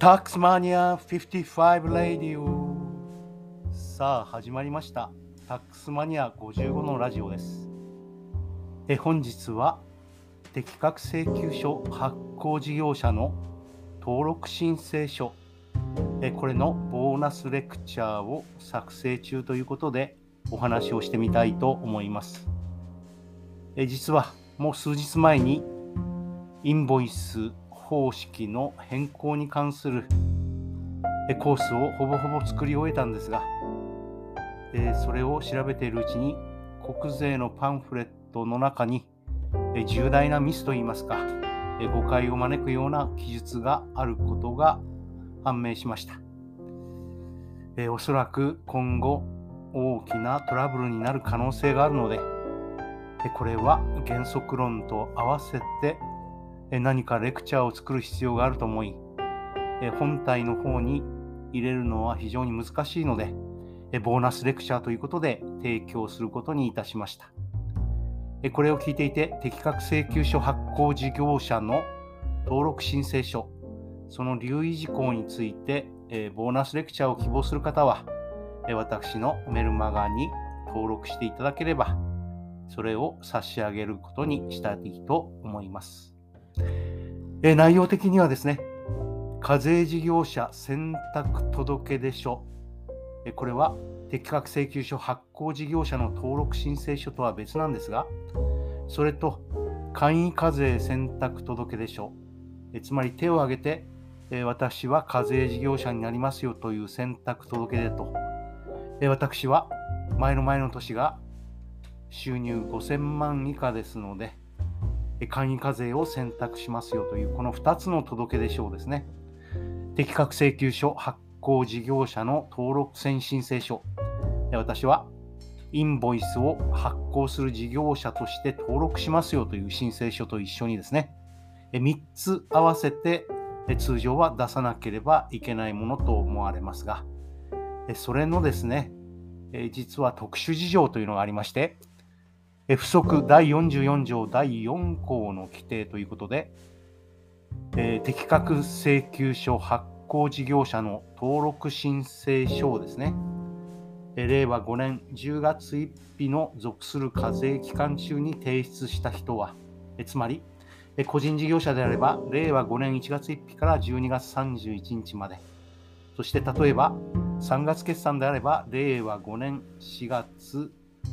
タックスマニア55ラディオ。さあ始まりました。タックスマニア55のラジオです。本日は適格請求書発行事業者の登録申請書、これのボーナスレクチャーを作成中ということでお話をしてみたいと思います。実はもう数日前にインボイス方式の変更に関するコースをほぼほぼ作り終えたんですが、それを調べているうちに国税のパンフレットの中に重大なミスといいますか誤解を招くような記述があることが判明しました。おそらく今後大きなトラブルになる可能性があるので、これは原則論と合わせて何かレクチャーを作る必要があると思い、本体の方に入れるのは非常に難しいので、ボーナスレクチャーということで提供することにいたしました。これを聞いていて、適格請求書発行事業者の登録申請書、その留意事項について、ボーナスレクチャーを希望する方は、私のメルマガに登録していただければ、それを差し上げることにしたいと思います。内容的にはですね、課税事業者選択届出書、これは適格請求書発行事業者の登録申請書とは別なんですが、それと簡易課税選択届出書、つまり手を挙げて私は課税事業者になりますよという選択届出と、私は前の年が収入5000万以下ですので簡易課税を選択しますよというこの2つの届出書をですね、適格請求書発行事業者の登録申請書、私はインボイスを発行する事業者として登録しますよという申請書と一緒にですね、3つ合わせて通常は出さなければいけないものと思われますが、それのですね、実は特殊事情というのがありまして、附則第44条第4項の規定ということで、適格請求書発行事業者の登録申請書をですね、令和5年10月1日の属する課税期間中に提出した人は、つまり個人事業者であれば令和5年1月1日から12月31日まで、そして例えば3月決算であれば令和5年4月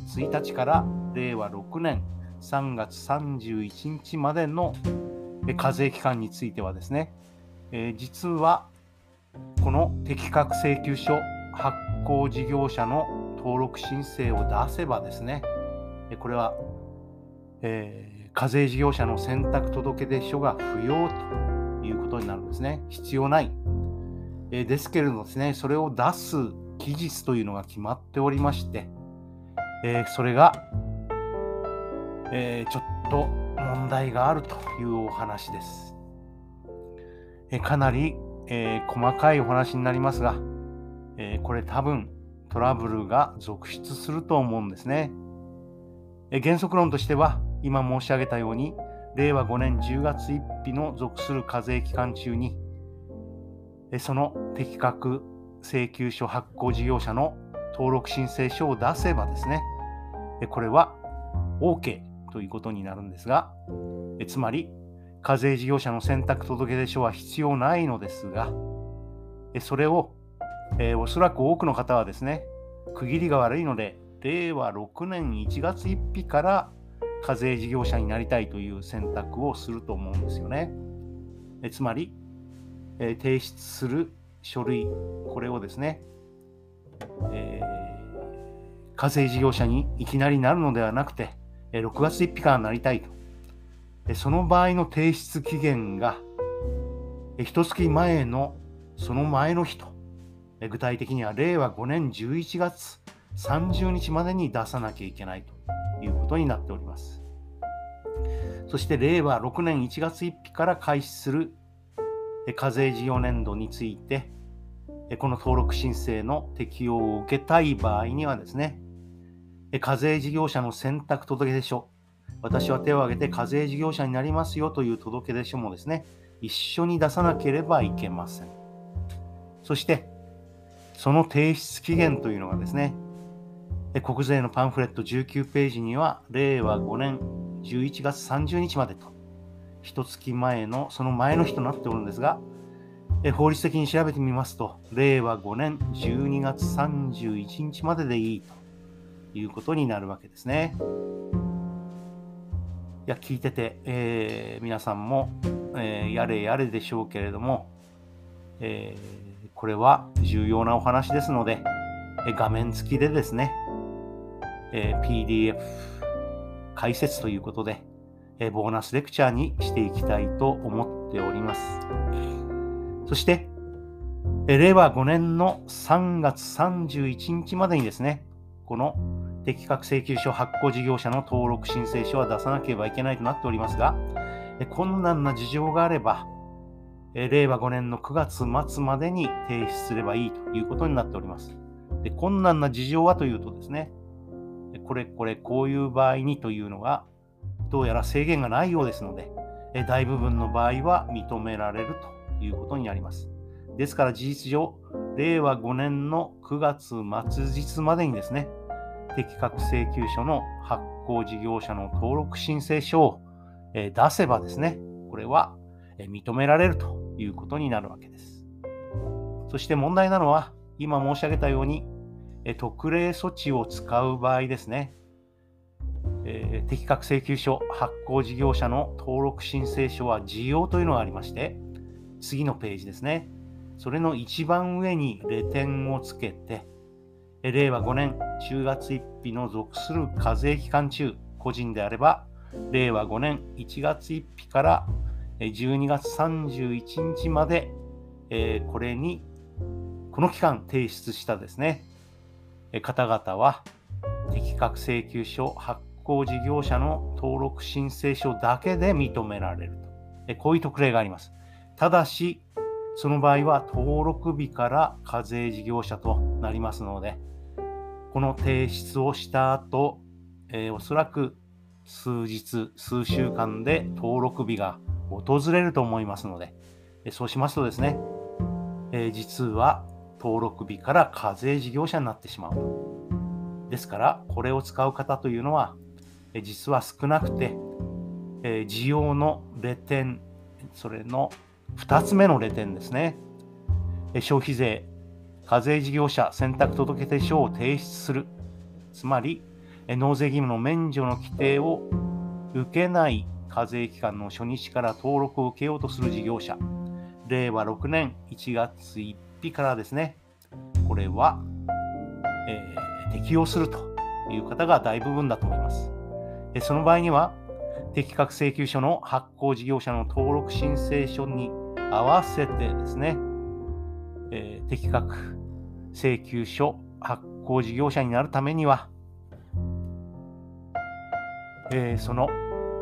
1日から令和6年3月31日までの課税期間についてはですね、実はこの適格請求書発行事業者の登録申請を出せばですね、これは、課税事業者の選択届出書が不要ということになるんですね。必要ない。ですけれどですね、それを出す期日というのが決まっておりまして、それが、ちょっと問題があるというお話です。かなり、細かいお話になりますが、これ多分トラブルが続出すると思うんですね。原則論としては今申し上げたように令和5年10月1日の属する課税期間中にその適格請求書発行事業者の登録申請書を出せばですね、これは OK ということになるんですが、つまり課税事業者の選択届出書は必要ないのですが、それを、おそらく多くの方はですね、区切りが悪いので令和6年1月1日から課税事業者になりたいという選択をすると思うんですよね。つまり、提出する書類、これをですね、課税事業者にいきなりなるのではなくて、6月1日からなりたいと。その場合の提出期限が、1月前のその前の日と、具体的には令和5年11月30日までに出さなきゃいけないということになっております。そして令和6年1月1日から開始する課税事業年度について、この登録申請の適用を受けたい場合にはですね、課税事業者の選択届出書、私は手を挙げて課税事業者になりますよという届出書もですね、一緒に出さなければいけません。 そしてその提出期限というのがですね、国税のパンフレット19ページには令和5年11月30日までと一月前のその前の日となっておるんですが、法律的に調べてみますと令和5年12月31日まででいいということになるわけですね。いや、聞いてて、皆さんも、やれやれでしょうけれども、これは重要なお話ですので、画面付きでですね、PDF 解説ということで、ボーナスレクチャーにしていきたいと思っております。そして、令和5年の3月31日までにですね、この適格請求書発行事業者の登録申請書は出さなければいけないとなっておりますが、困難な事情があれば、令和5年の9月末までに提出すればいいということになっております。で、困難な事情はというとですね、こういう場合にというのがどうやら制限がないようですので、大部分の場合は認められるということになります。ですから事実上、令和5年の9月末日までにですね、適格請求書の発行事業者の登録申請書を出せばですね、これは認められるということになるわけです。そして問題なのは、今申し上げたように、特例措置を使う場合ですね、適格請求書発行事業者の登録申請書は事項というのがありまして、次のページですね、それの一番上にレ点をつけて、令和5年10月1日の属する課税期間中、個人であれば、令和5年1月1日から12月31日まで、この期間提出したですね、方々は適格請求書発行事業者の登録申請書だけで認められると、こういう特例があります。ただし、その場合は登録日から課税事業者となりますので、この提出をした後、おそらく数日、数週間で登録日が訪れると思いますので、そうしますとですね、実は登録日から課税事業者になってしまうと。ですから、これを使う方というのは、実は少なくて、事項のレ点、それの2つ目のレ点ですね。消費税課税事業者選択届出書を提出する。つまり、納税義務の免除の規定を受けない課税期間の初日から登録を受けようとする事業者。令和6年1月1日からですね、これは、適用するという方が大部分だと思います。その場合には、適格請求書の発行事業者の登録申請書に合わせてですね、適格請求書発行事業者になるためには、その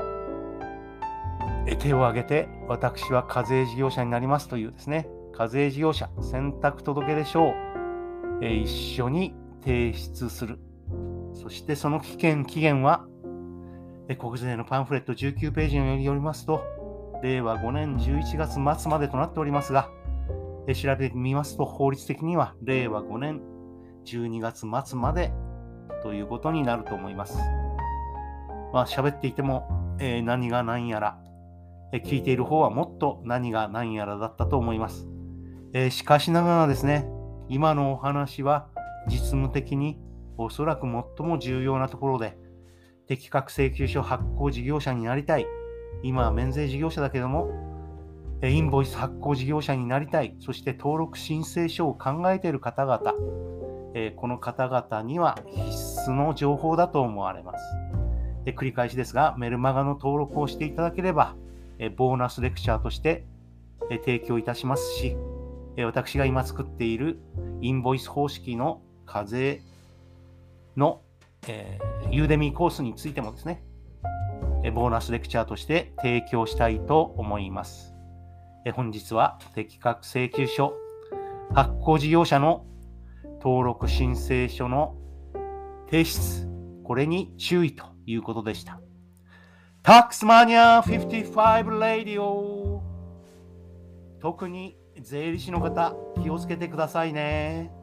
手を挙げて私は課税事業者になりますというですね、課税事業者選択届出書を、一緒に提出する。そしてその期限は、国税のパンフレット19ページによりますと、令和5年11月末までとなっておりますが、調べてみますと法律的には令和5年12月末までということになると思います。喋っていても、何が何やら、聞いている方はもっと何が何やらだったと思います。しかしながらですね、今のお話は実務的におそらく最も重要なところで、適格請求書発行事業者になりたい、今は免税事業者だけども、インボイス発行事業者になりたい、そして登録申請書を考えている方々、この方々には必須の情報だと思われます。繰り返しですが、メルマガの登録をしていただければ、ボーナスレクチャーとして提供いたしますし、私が今作っているインボイス方式の課税のユーデミーコースについてもですね、ボーナスレクチャーとして提供したいと思います。本日は適格請求書発行事業者の登録申請書の提出、これに注意ということでした。タックスマニア55レディオ、特に税理士の方気をつけてくださいね。